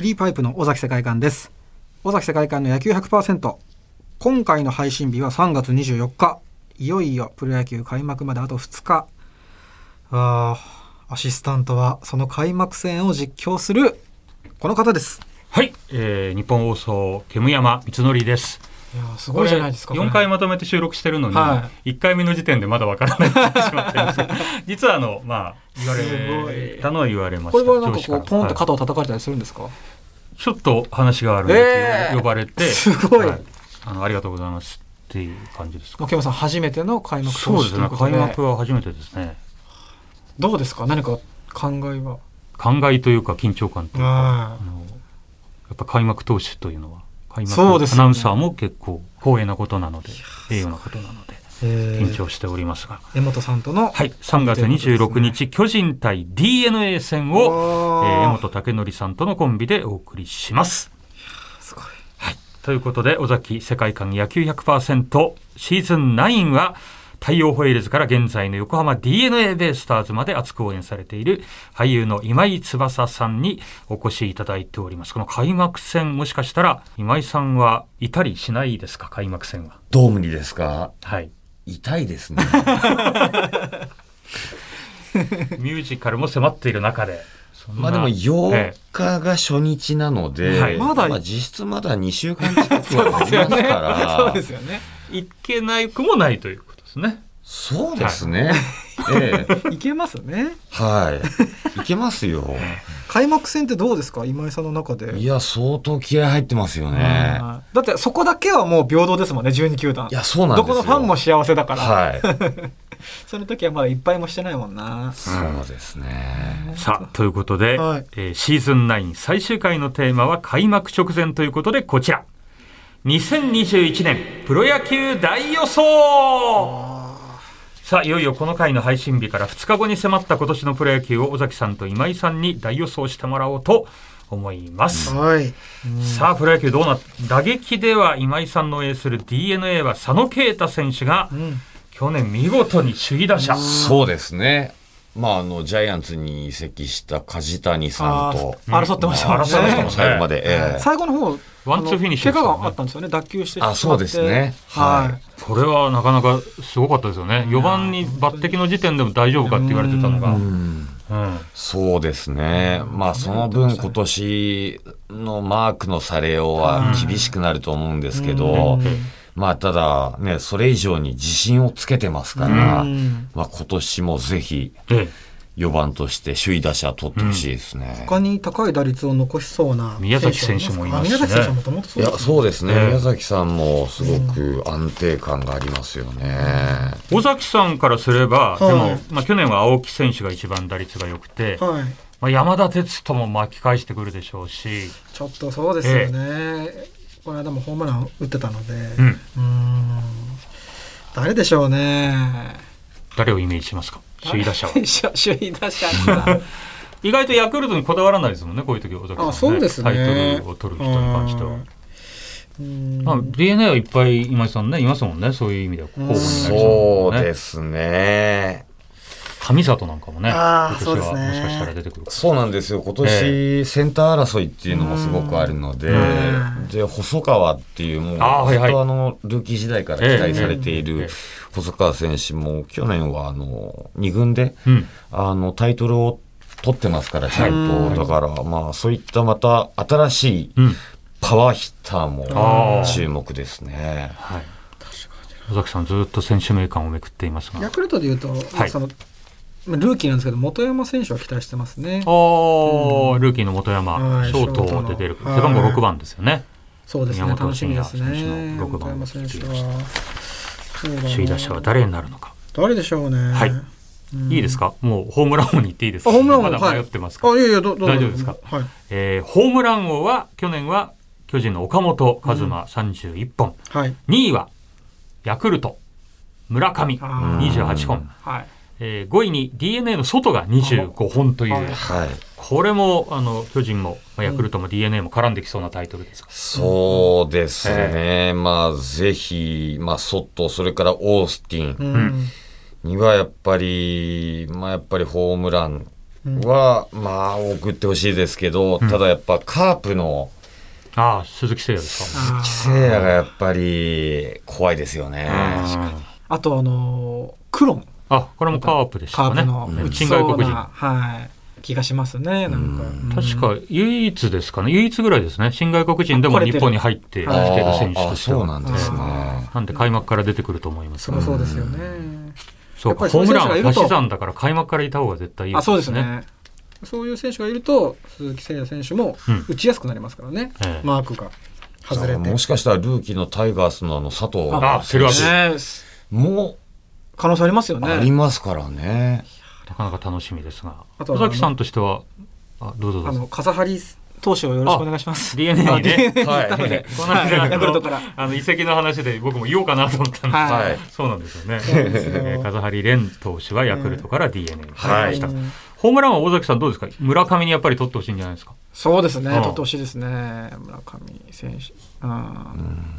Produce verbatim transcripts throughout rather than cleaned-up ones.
フリーパイプの尾崎世界観です。尾崎世界観の野球 ひゃくパーセント、 今回の配信日はさんがつにじゅうよっか、いよいよプロ野球開幕まであとふつか。あアシスタントはその開幕戦を実況するこの方です。 はい、えー、日本放送煙山光則です。 いやすごいじゃないですか。 よんかいまとめて収録してるのに、はい、いっかいめの時点でまだわからないって言ってしまってます実はあの、まあ、言われたのは言われました。 これはなんかこうポンと肩を叩かれたりするんですか？はい、 ちょっと話があるんで、えー、呼ばれてすごい、はい、 あのありがとうございますっていう感じですか。 煙山さん初めての開幕投手そうですね、開幕は初めてですね。 どうですか、何か考えは？ 考えというか緊張感というか、あのやっぱ開幕投手というのは開幕アナウンサーも結構光栄なことなので、栄誉なことなので緊張しておりますが、 江本さんとの、 はい、さんがつにじゅうろくにち、ね、巨人対 ディーエヌエー 戦を、えー、江本武則さんとのコンビでお送りします。 すごい、 はい、ということで尾崎世界観野球 ひゃくパーセント シーズンナインは太陽ホエールズから現在の横浜 ディーエヌエー ベイスターズまで熱く応援されている俳優の今井翼さんにお越しいただいております。この開幕戦、もしかしたら今井さんはいたりしないですか？開幕戦はドームにですか？ はい、 痛いですねミュージカルも迫っている中で、 まあでもよっかが初日なので、はい、まだ、まあ、実質まだにしゅうかん近くはありますからそうですよね、 いけないくもないということですね。 そうですね、はい、ええ、いけますね。 はい、いけますよ。 開幕戦ってどうですか、今井さんの中で？ いや相当気合入ってますよね。 だってそこだけはもう平等ですもんね、じゅうにきゅうだん。 いやそうなんですよ、 どこのファンも幸せだから、 はいその時はまだいっぱいもしてないもんな。 そうですね。 さあということで、はい、えー、シーズンナイン最終回のテーマは開幕直前ということで、こちらにせんにじゅういちねんプロ野球大予想。さあいよいよこの回の配信日からふつかごに迫った今年のプロ野球を尾崎さんと今井さんに大予想してもらおうと思います、 はい、 さあプロ野球どうなっ打撃では今井さんの応援する ディーエヌエー は佐野啓太選手が、うん、去年見事に首位打者。 そうですね、まあ、あのジャイアンツに移籍した梶谷さんと争ってましたもんね、 争ってましたもん最後まで、えー、 最後の方ワンツーフィニッシュ、 怪我があったんですよね、脱臼してしまって。 あ、そうですね、 はい、 これはなかなかすごかったですよね。よばんに抜擢の時点でも大丈夫かって言われてたのが、うんうん、そうですね、まあ、その分今年のマークのされようは厳しくなると思うんですけど、まあ、ただ、ね、それ以上に自信をつけてますから、まあ、今年もぜひよばんとして首位打者取ってほしいですね、 うん、他に高い打率を残しそうな宮崎選手もいますしね。 宮崎選手もともとそうですね。 いやそうですね、宮崎さんもすごく安定感がありますよね、 うん、尾崎さんからすれば、はい、でも、まあ、去年は青木選手が一番打率が良くて、はい、まあ、山田哲人も巻き返してくるでしょうし、 ちょっとそうですよね、ええ、この間もホームラン打ってたので、うん、うーん誰でしょうね。 誰をイメージしますか、首位打者は。 首位打者意外とヤクルトにこだわらないですもんね、こういう時尾崎さん、ね、 あ、そうですね、 タイトルを取る人に関しては。うん、まあ、ディーエヌエー はいっぱい今井さんねいますもんね、そういう意味では候補になりそう、ね、 そうですね。 上里なんかもね、今年はね、 もしかしたら出てくるか。 そうなんですよ、今年、えー、センター争いっていうのもすごくあるので、で細川っていうもうあ、はいはい、あのルーキー時代から期待されている細川選手も去年はあのに軍で、うん、あのタイトルを取ってますからちゃんと、だからまあそういったまた新しいパワーヒッターも注目ですね、はい、 尾崎さんずっと選手名鑑をめくっていますが、 ヤクルトでいうと、はい、そのルーキーなんですけど本山選手は期待してますね。 あ、うん、ルーキーの本山、はい、ショートで出る背番号ろくばんですよね。 そうですね、楽しみですね。 ろくばん本山選手は首位打者は誰になるのか。 誰でしょうね。 はい、うん、いいですか、もうホームラン王に言っていいですか。 ホームラン王、 まだ迷ってますか。 はい、あ、いやいや、どど大丈夫ですか、はい、えー、ホームラン王は去年は巨人の岡本和真さんじゅういっぽん、うん、はい、にいはヤクルト村上にじゅうはっぽん、はい、えー、ごいに ディーエヌエー の外がにじゅうごほんという、はい、これもあの巨人も、まあ、ヤクルトも ディーエヌエー も絡んできそうなタイトルですか。 うん、そうですね、えー、まあぜひ、まあ、外それからオースティンにはやっぱり、まあ、やっぱりホームランは、うん、まあ送ってほしいですけど、うん、ただやっぱカープのああ鈴木誠也ですか。 鈴木誠也がやっぱり怖いですよね。 あとあのクロン、 あこれもカープでしたね。 カープの新外国人、はい、気がしますね。なんか、 うん、確か唯一ですかね、唯一ぐらいですね、新外国人でも日本に入ってきてる選手としては。 そうなんですね。 なんで開幕から出てくると思います。 そうそうですよね。 そうか、ホームラン足し算だから開幕からいた方が絶対いいですね。 あ、そうですね。そういう選手がいると鈴木誠也選手も打ちやすくなりますからね、うんええ、マークが外れて。 もしかしたらルーキーのタイガースのあの佐藤選手も可能性ありますよね。 ありますからね。 なかなか楽しみですが、尾崎さんとしてはあどうぞどうぞ。 あの笠張投手をよろしくお願いします。 ディーエヌエー にね、 はい、この間ヤクルトからあの移籍の話で僕も言おうかなと思ったんですが、はい、そうなんですよね。笠張蓮投手はヤクルトから ディーエヌエー に入りました、はい。ホームランは尾崎さんどうですか。村上にやっぱり取ってほしいんじゃないですか。 そうですね、取ってほしいですね。村上選手、うん、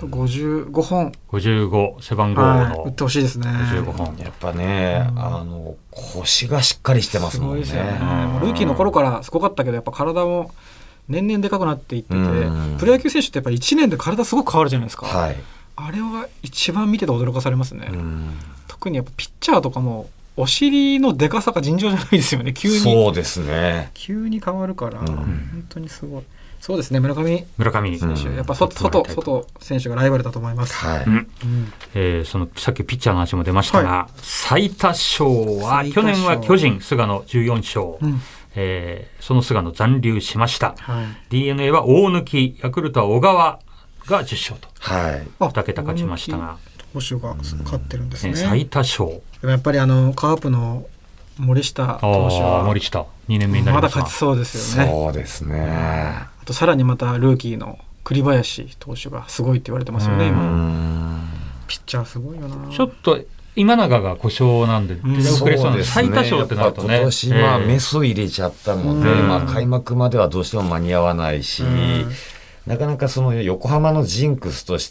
ごじゅうごほんごじゅうご背番号の、はい、 打ってほしいですね。 ごじゅうごほんやっぱね、うん、あの腰がしっかりしてますもんね。 すごいですよね、うん、ルーキーの頃からすごかったけどやっぱ体も年々でかくなっていってて、うん、プロ野球選手ってやっぱりいちねんで体すごく変わるじゃないですか、はい、あれは一番見てて驚かされますね、うん、特にやっぱピッチャーとかもお尻のでかさが尋常じゃないですよね。急にそうですね、 急に変わるから、うん、本当にすごい。そうですね、村上村上選手、うん、やっぱ外外外選手がライバルだと思います、 はいうんえー、そのさっきピッチャーの話も出ましたが、はい、最多勝は去年は巨人菅野じゅうよんしょう、うんえー、その菅野残留しました、はい、ディーエヌエー は大貫、ヤクルトは小川がじゅっしょうと、はい、にけた勝ちましたが投手が勝ってるんですね、 うん、最多勝。 でもやっぱりあのカープの森下投手は森下にねんめになりました。 まだ勝ちそうですよね。 そうですね。 あとさらにまたルーキーの栗林投手がすごいって言われてますよね。今ピッチャーすごいよな。 ちょっと今永が故障なんで出遅れそうなんで、最多勝ってなるとね、 今年まあメスを入れちゃったので、まあ、開幕まではどうしても間に合わないし、なかなかその横浜のジンクスとして、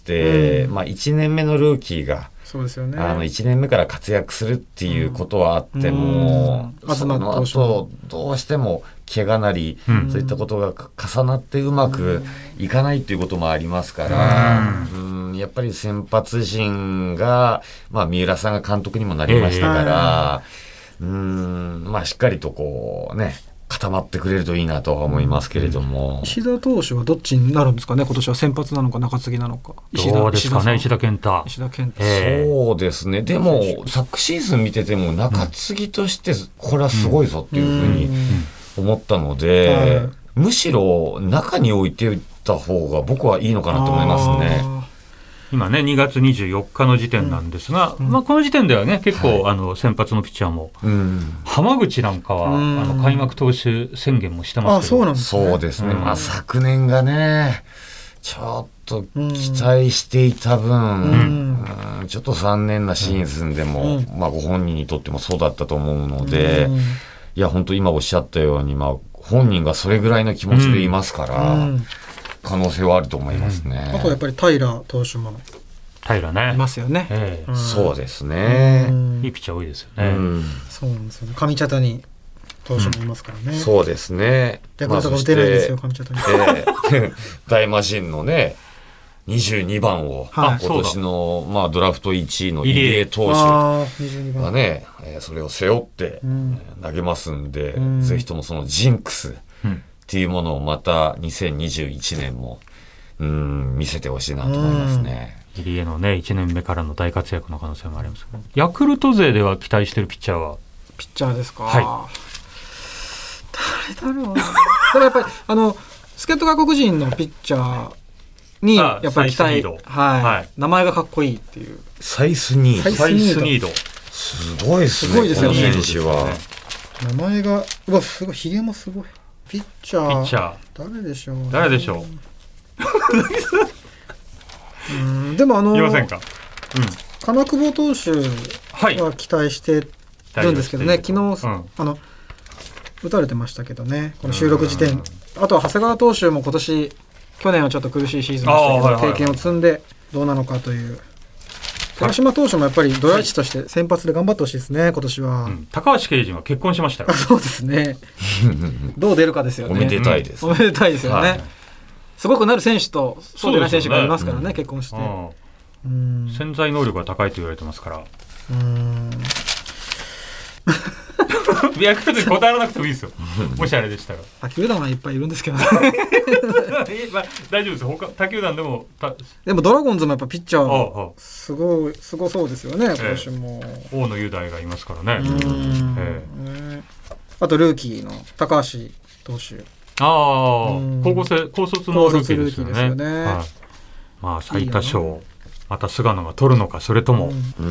まあ、いちねんめのルーキーがそうですよね、 あのいちねんめから活躍するっていうことはあっても、うん、その後どうしても怪我なり、うん、そういったことが重なってうまくいかないっていうこともありますから、うんうん、やっぱり先発陣が、まあ、三浦さんが監督にもなりましたから、えーうんまあ、しっかりとこうね固まってくれるといいなとは思いますけれども、 うん、石田投手はどっちになるんですかね。今年は先発なのか中継ぎなのか。 石田どうですかね。石田健太、 石田健太、 えー、そうですね。でも昨シーズン見てても中継ぎとしてこれはすごいぞっていうふうに思ったので、うんうん、むしろ中に置いていった方が僕はいいのかなと思いますね。 今ねにがつにじゅうよっかの時点なんですが、うんまあ、この時点ではね結構、はい、あの先発のピッチャーも、うん、浜口なんかは、うん、あの開幕投手宣言もしてますけど。 あ、そうなんですね。 そうですね、うんまあ、昨年がねちょっと期待していた分、うんうん、ちょっと残念なシーズンでも、うんまあ、ご本人にとってもそうだったと思うので、うん、いや本当今おっしゃったように、まあ、本人がそれぐらいの気持ちでいますから、うんうん可能性はあると思いますね、 うん、あとやっぱり平投手も平ねいますよね、 ええうん、そうですね、 うん、いいピッチャー多いですよね、うん、 そうなんですよね。上茶谷投手もいますからね、 うん、そうですね。 ヤクルトが打てないですよ、上茶谷、 えー、大魔神のねにじゅうにばんを、はい、今年の、まあ、ドラフトいちいの入江投手がね、えー、それを背負って、うん、投げますんで、うん、ぜひともそのジンクス、うんっていうものをまたにせんにじゅういちねんもうん見せてほしいなと思いますね。 入江のねいちねんめからの大活躍の可能性もありますけど、ヤクルト勢では期待してるピッチャーはピッチャーですか、 はい、 誰だろうなこれやっぱりあの助っ人外国人のピッチャーにやっぱり期待、はいはい、名前がかっこいいっていうサイスニードサイスニードすごいですね。 すごいですよね。 選手は名前がうわすごいひげもすごい。ピッチャー、 ピッチャー誰でしょう、ね、 誰でしょううんでもあの言いませんか、うん、 金久保投手は期待してるんですけどね、はい、昨日、うん、あの打たれてましたけどねこの収録時点。あとは長谷川投手も今年去年はちょっと苦しいシーズンでしたけど、はいはいはい、経験を積んでどうなのかという寺島投手もやっぱりドライチとして先発で頑張ってほしいですね今年は、うん、 高橋奎二は結婚しましたよそうですねどう出るかですよね。 おめでたいです、 うん、おめでたいですよね、はい、すごくなる選手とそうでない選手がいますから ね, ね、うん、結婚して、 うん、潜在能力が高いと言われてますから。うーんヤクルトに答えらなくてもいいですよもしあれでしたら。 他球団はいっぱいいるんですけどねまあ、大丈夫です。他他球団でもたでもドラゴンズもやっぱピッチャーすごいすごそうですよね今年も、 えー、大野雄大がいますからね。うん、 えーね、あとルーキーの高橋投手、 ああ高校生高卒のルーキーですよ ね, ですよね、はい、まあ最多勝また菅野が取るのかそれとも、うん、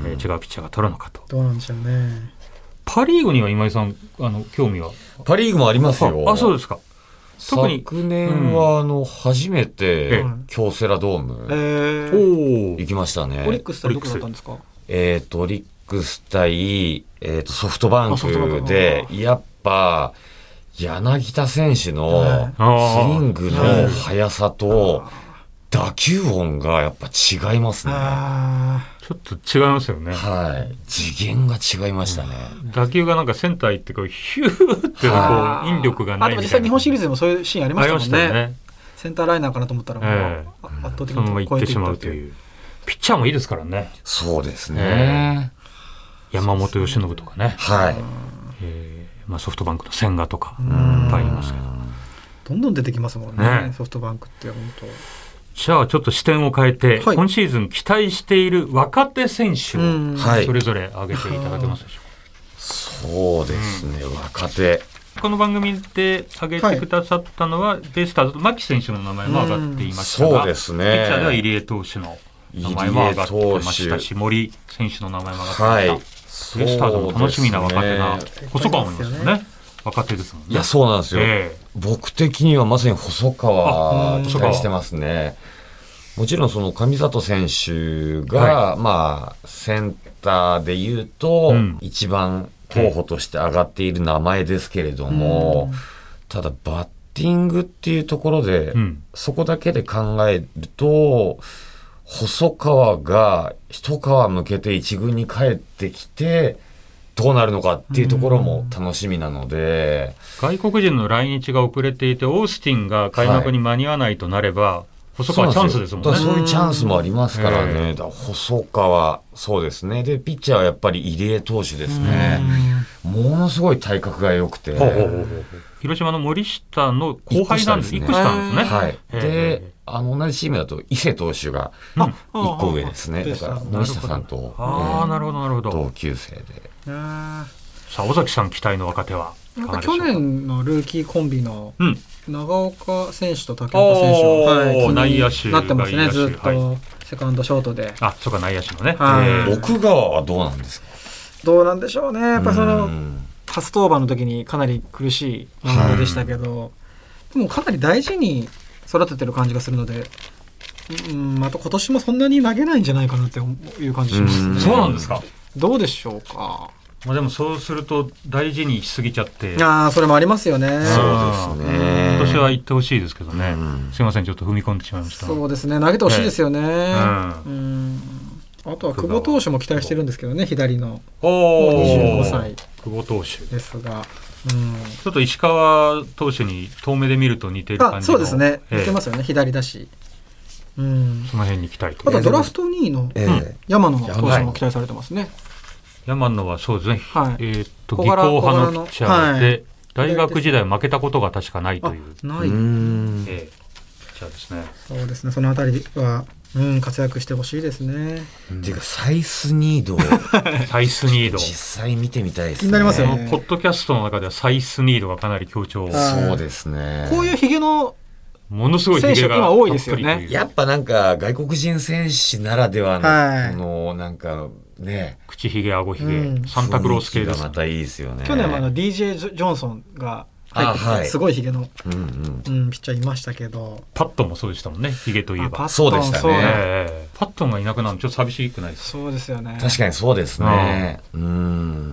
えー、違うピッチャーが取るのかと。 どうなんでしょうね。 パリーグには今井さんあの興味は。 パリーグもありますよ。 あ、そうですか。特に昨年はあの初めて京セラドーム、えー、行きましたね。 オリックス対どこだったんですか。 えっとオリックス対、えー、とソフトバンクでやっぱ柳田選手のスイングの速さと打球音がやっぱ違いますね。 ちょっと違いますよね。 はい。次元が違いましたね。 打球がなんかセンター行ってこうヒューってこう引力がないみたいな。 あと実際日本シリーズでもそういうシーンありましたもん ね, ねセンターライナーかなと思ったらもう、えー、圧倒的に超えていったそのまま行ってしまうという。ピッチャーもいいですからね。 そうですね、 えー、山本由伸とかね、 はい、 えーまあ、ソフトバンクの千賀とかいっぱいいますけど、 どんどん出てきますもん ね, ねソフトバンクって本当。 じゃあちょっと視点を変えて、はい、今シーズン期待している若手選手をそれぞれ挙げていただけますでしょうか。 そうですね、うん、若手この番組で挙げてくださったのは、はい、ベイスターズと牧選手の名前も上がっていましたが、 そうですね、 ピッチャーでは入江投手の名前も上がってましたし、森選手の名前も上がってました、はい、ベイスターズも楽しみな若手が、ね、細川もいますよね。若手ですもんね。 いやそうなんですよ、えー、僕的にはまさに細川期待してますね。もちろんその上里選手が、はい、まあセンターでいうと、うん、一番候補として上がっている名前ですけれども、うん、ただバッティングっていうところで、うん、そこだけで考えると細川が一皮向けて一軍に帰ってきてどうなるのかっていうところも楽しみなので、 外国人の来日が遅れていてオースティンが開幕に間に合わないとなれば、はい、細川チャンスですもんね。 そういうチャンスもありますからね。だから細川そうですね。でピッチャーはやっぱり入江投手ですね。ものすごい体格が良くて、ほうほうほう、 広島の森下の後輩なんですね。いっこ下なんですね。 はい。であの同じチームだと伊勢投手がいっこ上ですね。だから森下さんと、 あ、なるほどなるほど、 同級生で。 さあ尾崎さん期待の若手はいかがでしょうか。 去年のルーキーコンビの長岡選手と竹岡選手が、はい、 内野手なってますね。ずっと、はい、セカンドショートで。 あ、そうか内野手のね、 はい、奥川はどうなんですか。 どうなんでしょうね。やっぱその初登板の時にかなり苦しいものでしたけど、でもかなり大事に育ててる感じがするので、うん、また今年もそんなに投げないんじゃないかなっていう感じしますね。 そうなんですか。 どうでしょうか。 まあ、でもそうすると大事にしすぎちゃって、 ああそれもありますよね。そうですね。 今年は行ってほしいですけどね、うん、すいませんちょっと踏み込んでしまいました。 そうですね、投げてほしいですよね、えーうん、あとは久保投手も期待してるんですけどね、左のおにじゅうごさい久保投手ですが、うん、 ちょっと石川投手に遠目で見ると似てる感じの。 あそうですね、似てますよね、左だし、 うん、その辺に期待と。 あとドラフトにいの、えー、山野投手も期待されてますね。 山野はそうですね、はい、えー、っと技巧派のピッチャーで、はい、大学時代負けたことが確かないという、 ない、えー、ピッチャーですね。 そうですね、そのあたりは、うん、活躍してほしいですね。 うん、ていうかサイスニードサイスニード実際見てみたいですね。 気になりますよね。 ポッドキャストの中ではサイスニードがかなり強調。 そうですね。 こういうヒゲのものすごいヒゲが今多いですよね。 やっぱなんか外国人選手ならではの、はい、のなんかね、 口ひげ、あごひげ、うん、サンタクロース系です。 またいいですよね。 去年もあの ディージェー ジョンソンが入ってきて、はい、すごいひげの、うんうんうん、ピッチャーいましたけど、 パットンもそうでしたもんね、ひげといえば。 そうでしたね、 えー、パットンがいなくなるのちょっと寂しくないですか。 そうですよね。 確かにそうですね。うん、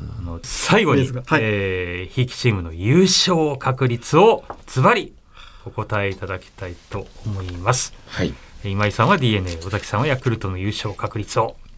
あの最後に、はい、えー、ひいきチームの優勝確率をズバリお答えいただきたいと思います。 はい、 今井さんは ディーエヌエー、尾崎さんはヤクルトの優勝確率を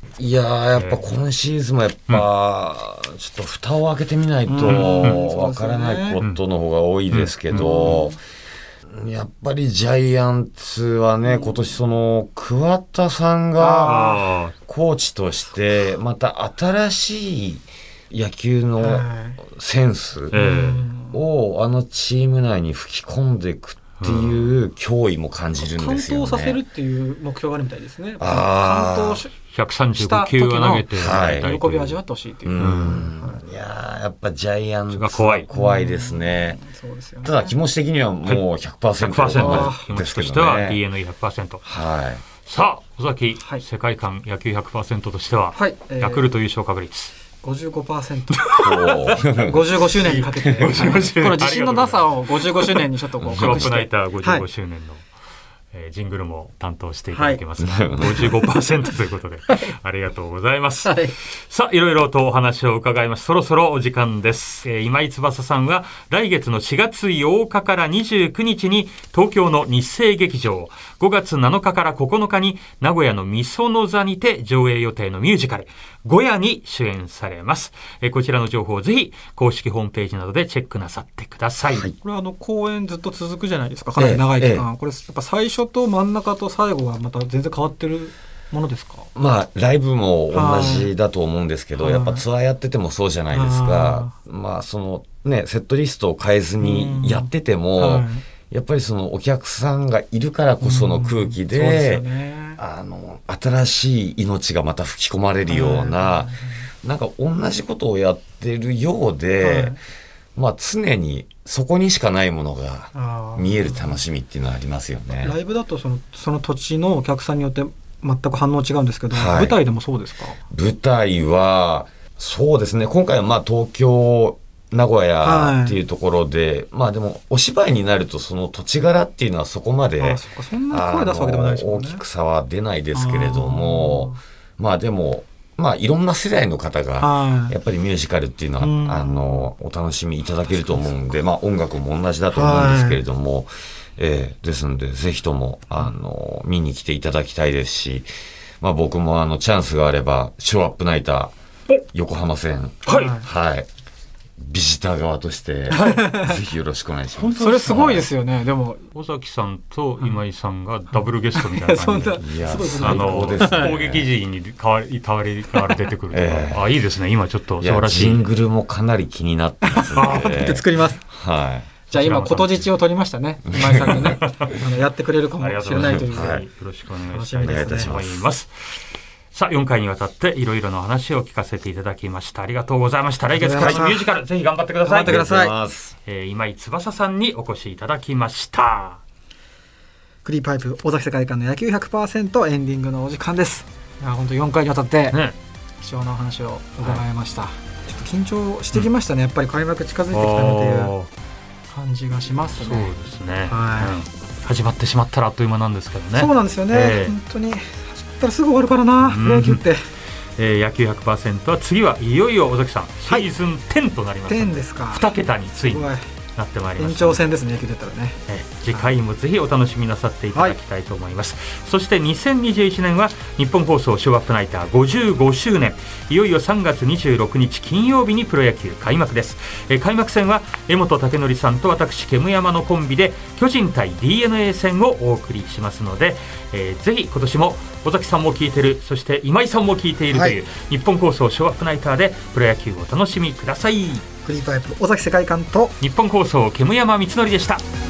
いやーやっぱ今シーズンもやっぱ、うん、ちょっと蓋を開けてみないとわからないことの方が多いですけど、やっぱりジャイアンツはね、今年その桑田さんがコーチとしてまた新しい野球のセンスをあのチーム内に吹き込んでいくっていう脅威も感じるんですよね。 完投させるっていう目標があるみたいですね。 あ完投しひゃくさんじゅうごきゅうは投げて、 はい、 喜びを味わってほしいっていう。うん、 はい、いややっぱジャイアンツが怖い怖いですね。うん、そうですよね。ただ気持ち的にはもう ひゃくパーセント、 はい、気持ちとしては ディーエヌエーひゃくパーセント。 はい。 さあ尾崎、 はい、 世界観野球 ひゃくパーセント としては、 はい、えー、 ヤクルト優勝確率ごじゅうごパーセント ごじゅうごしゅうねんにかけてこの自信のなさをごじゅうごしゅうねんにちょっとこうショーアップナイターごじゅうごしゅうねんの、はい、えー、ジングルも担当していただけますが、はい、ごじゅうごパーセント ということでありがとうございます、はい、さあいろいろとお話を伺います。そろそろお時間です、えー、今井翼さんは来月のしがつようかからにじゅうくにちに東京の日生劇場、ごがつなのかからここのかに名古屋のみその座にて上映予定のミュージカルゴヤに主演されます、えー、こちらの情報をぜひ公式ホームページなどでチェックなさってください、はい、 これはあの公演ずっと続くじゃないですか、かなり長い期間、ええ、これやっぱ最初と真ん中と最後はまた全然変わってるものですか？ まあライブも同じだと思うんですけど、やっぱツアーやっててもそうじゃないですか。まあそのねセットリストを変えずにやってても、やっぱりそのお客さんがいるからこその空気で、ね、あの新しい命がまた吹き込まれるような、なんか同じことをやってるようで、まあ常にそこにしかないものが見える楽しみっていうのはありますよね。 ライブだとその、その土地のお客さんによって全く反応違うんですけど、はい、舞台でもそうですか？ 舞台はそうですね、今回はまあ東京名古屋っていうところで、はい、まあでもお芝居になるとその土地柄っていうのはそこまでああそっか、そんな声出すわけでもないですもんね。 大きく差は出ないですけれども、まあでもまあいろんな世代の方がやっぱりミュージカルっていうのは、はい、あのお楽しみいただけると思うんで、まあ音楽も同じだと思うんですけれども、はい、えー、ですのでぜひともあの見に来ていただきたいですし、まあ僕もあのチャンスがあればショーアップナイター横浜線、はい、はい、ビジター側として、はい、ぜひよろしくお願いします。 それすごいですよね。はい、でも尾崎さんと今井さんがダブルゲストみたいな感じで、 いやあの攻撃時に代わり代わり代わり出てくるとか、えー、あいいですね。今ちょっと素晴らしい。 ジングルもかなり気になってますので、 で作ります。 はい。 じゃあ今ことじちを取りましたね。今井さんがねあのやってくれるかもしれないという、 はい、よろしくお願いしたいと思います。さあよんかいにわたっていろいろな話を聞かせていただきました。ありがとうございました。来月からのミュージカルぜひ頑張ってください。 頑張ってください。 えー、今井翼さんにお越しいただきました。 クリーパイプ尾崎世界観の野球 ひゃくパーセント エンディングのお時間です。いや本当よんかいにわたって貴重なお話を伺いました、ね、ちょっと緊張してきましたね、うん、やっぱり開幕近づいてきたなという感じがしますね。 そうですね、 はい、 うん、始まってしまったらあっという間なんですけどね。 そうなんですよね、えー、本当にたらすぐ終わるからな、プロ野球って、 えー、野球 ひゃくパーセント は次はいよいよ尾崎さん、シーズンじゅうとなります、 はい、じゅうですか。 にけたについになってまいりました、 延長戦ですね、野球だったらね、 えー、次回もぜひお楽しみなさっていただきたいと思います、はい、そしてにせんにじゅういちねんは日本放送ショーアップナイターごじゅうごしゅうねん、いよいよさんがつにじゅうろくにち金曜日にプロ野球開幕です、えー、開幕戦は江本武則さんと私煙山のコンビで巨人対 ディーエヌエー 戦をお送りしますので、えー、ぜひ今年も尾崎さんも聞いている、そして今井さんも聞いているという、はい、日本放送ショーアップナイターでプロ野球をお楽しみください。 クリーパイプ尾崎世界観と日本放送煙山光則でした。